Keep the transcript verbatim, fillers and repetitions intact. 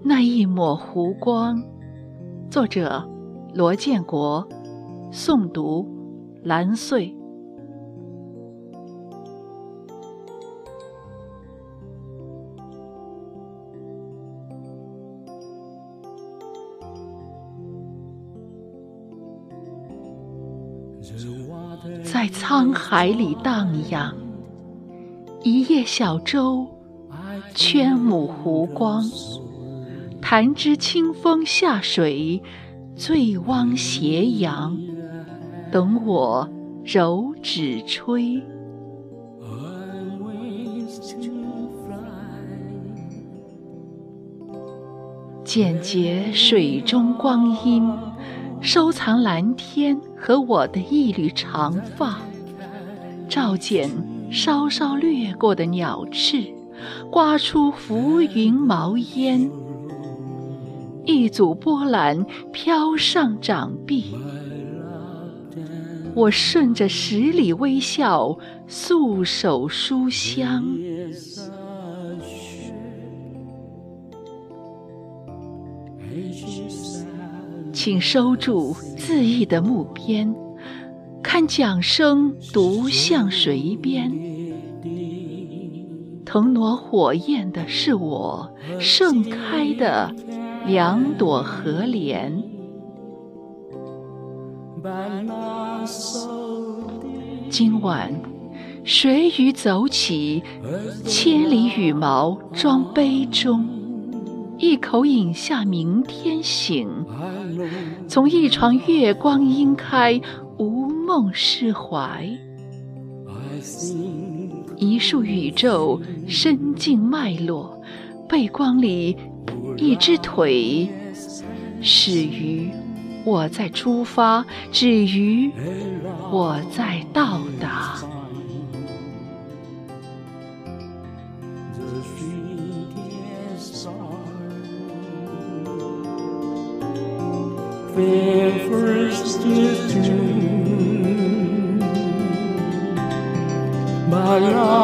那一抹湖光。作者罗建国，诵读蓝穗。在沧海里荡漾，一叶小舟，圈抹湖光。弹指清风下水，醉汪斜阳，等我柔指吹。简洁水中光阴，收藏蓝天和我的一缕长发，照见稍稍掠过的鸟翅，刮出浮云毛烟。一组波澜飘上掌臂，我顺着十里微笑，素手书香。请收住恣意的木边，看桨声独向水边。腾挪火焰的是我，盛开的两朵荷莲。今晚水雨走起，千里羽毛装杯中，一口饮下明天醒。从一床月光阴开，无梦释怀。一束宇宙深静脉络，背光里一只腿，始于我在出发，止于我在到达。 My love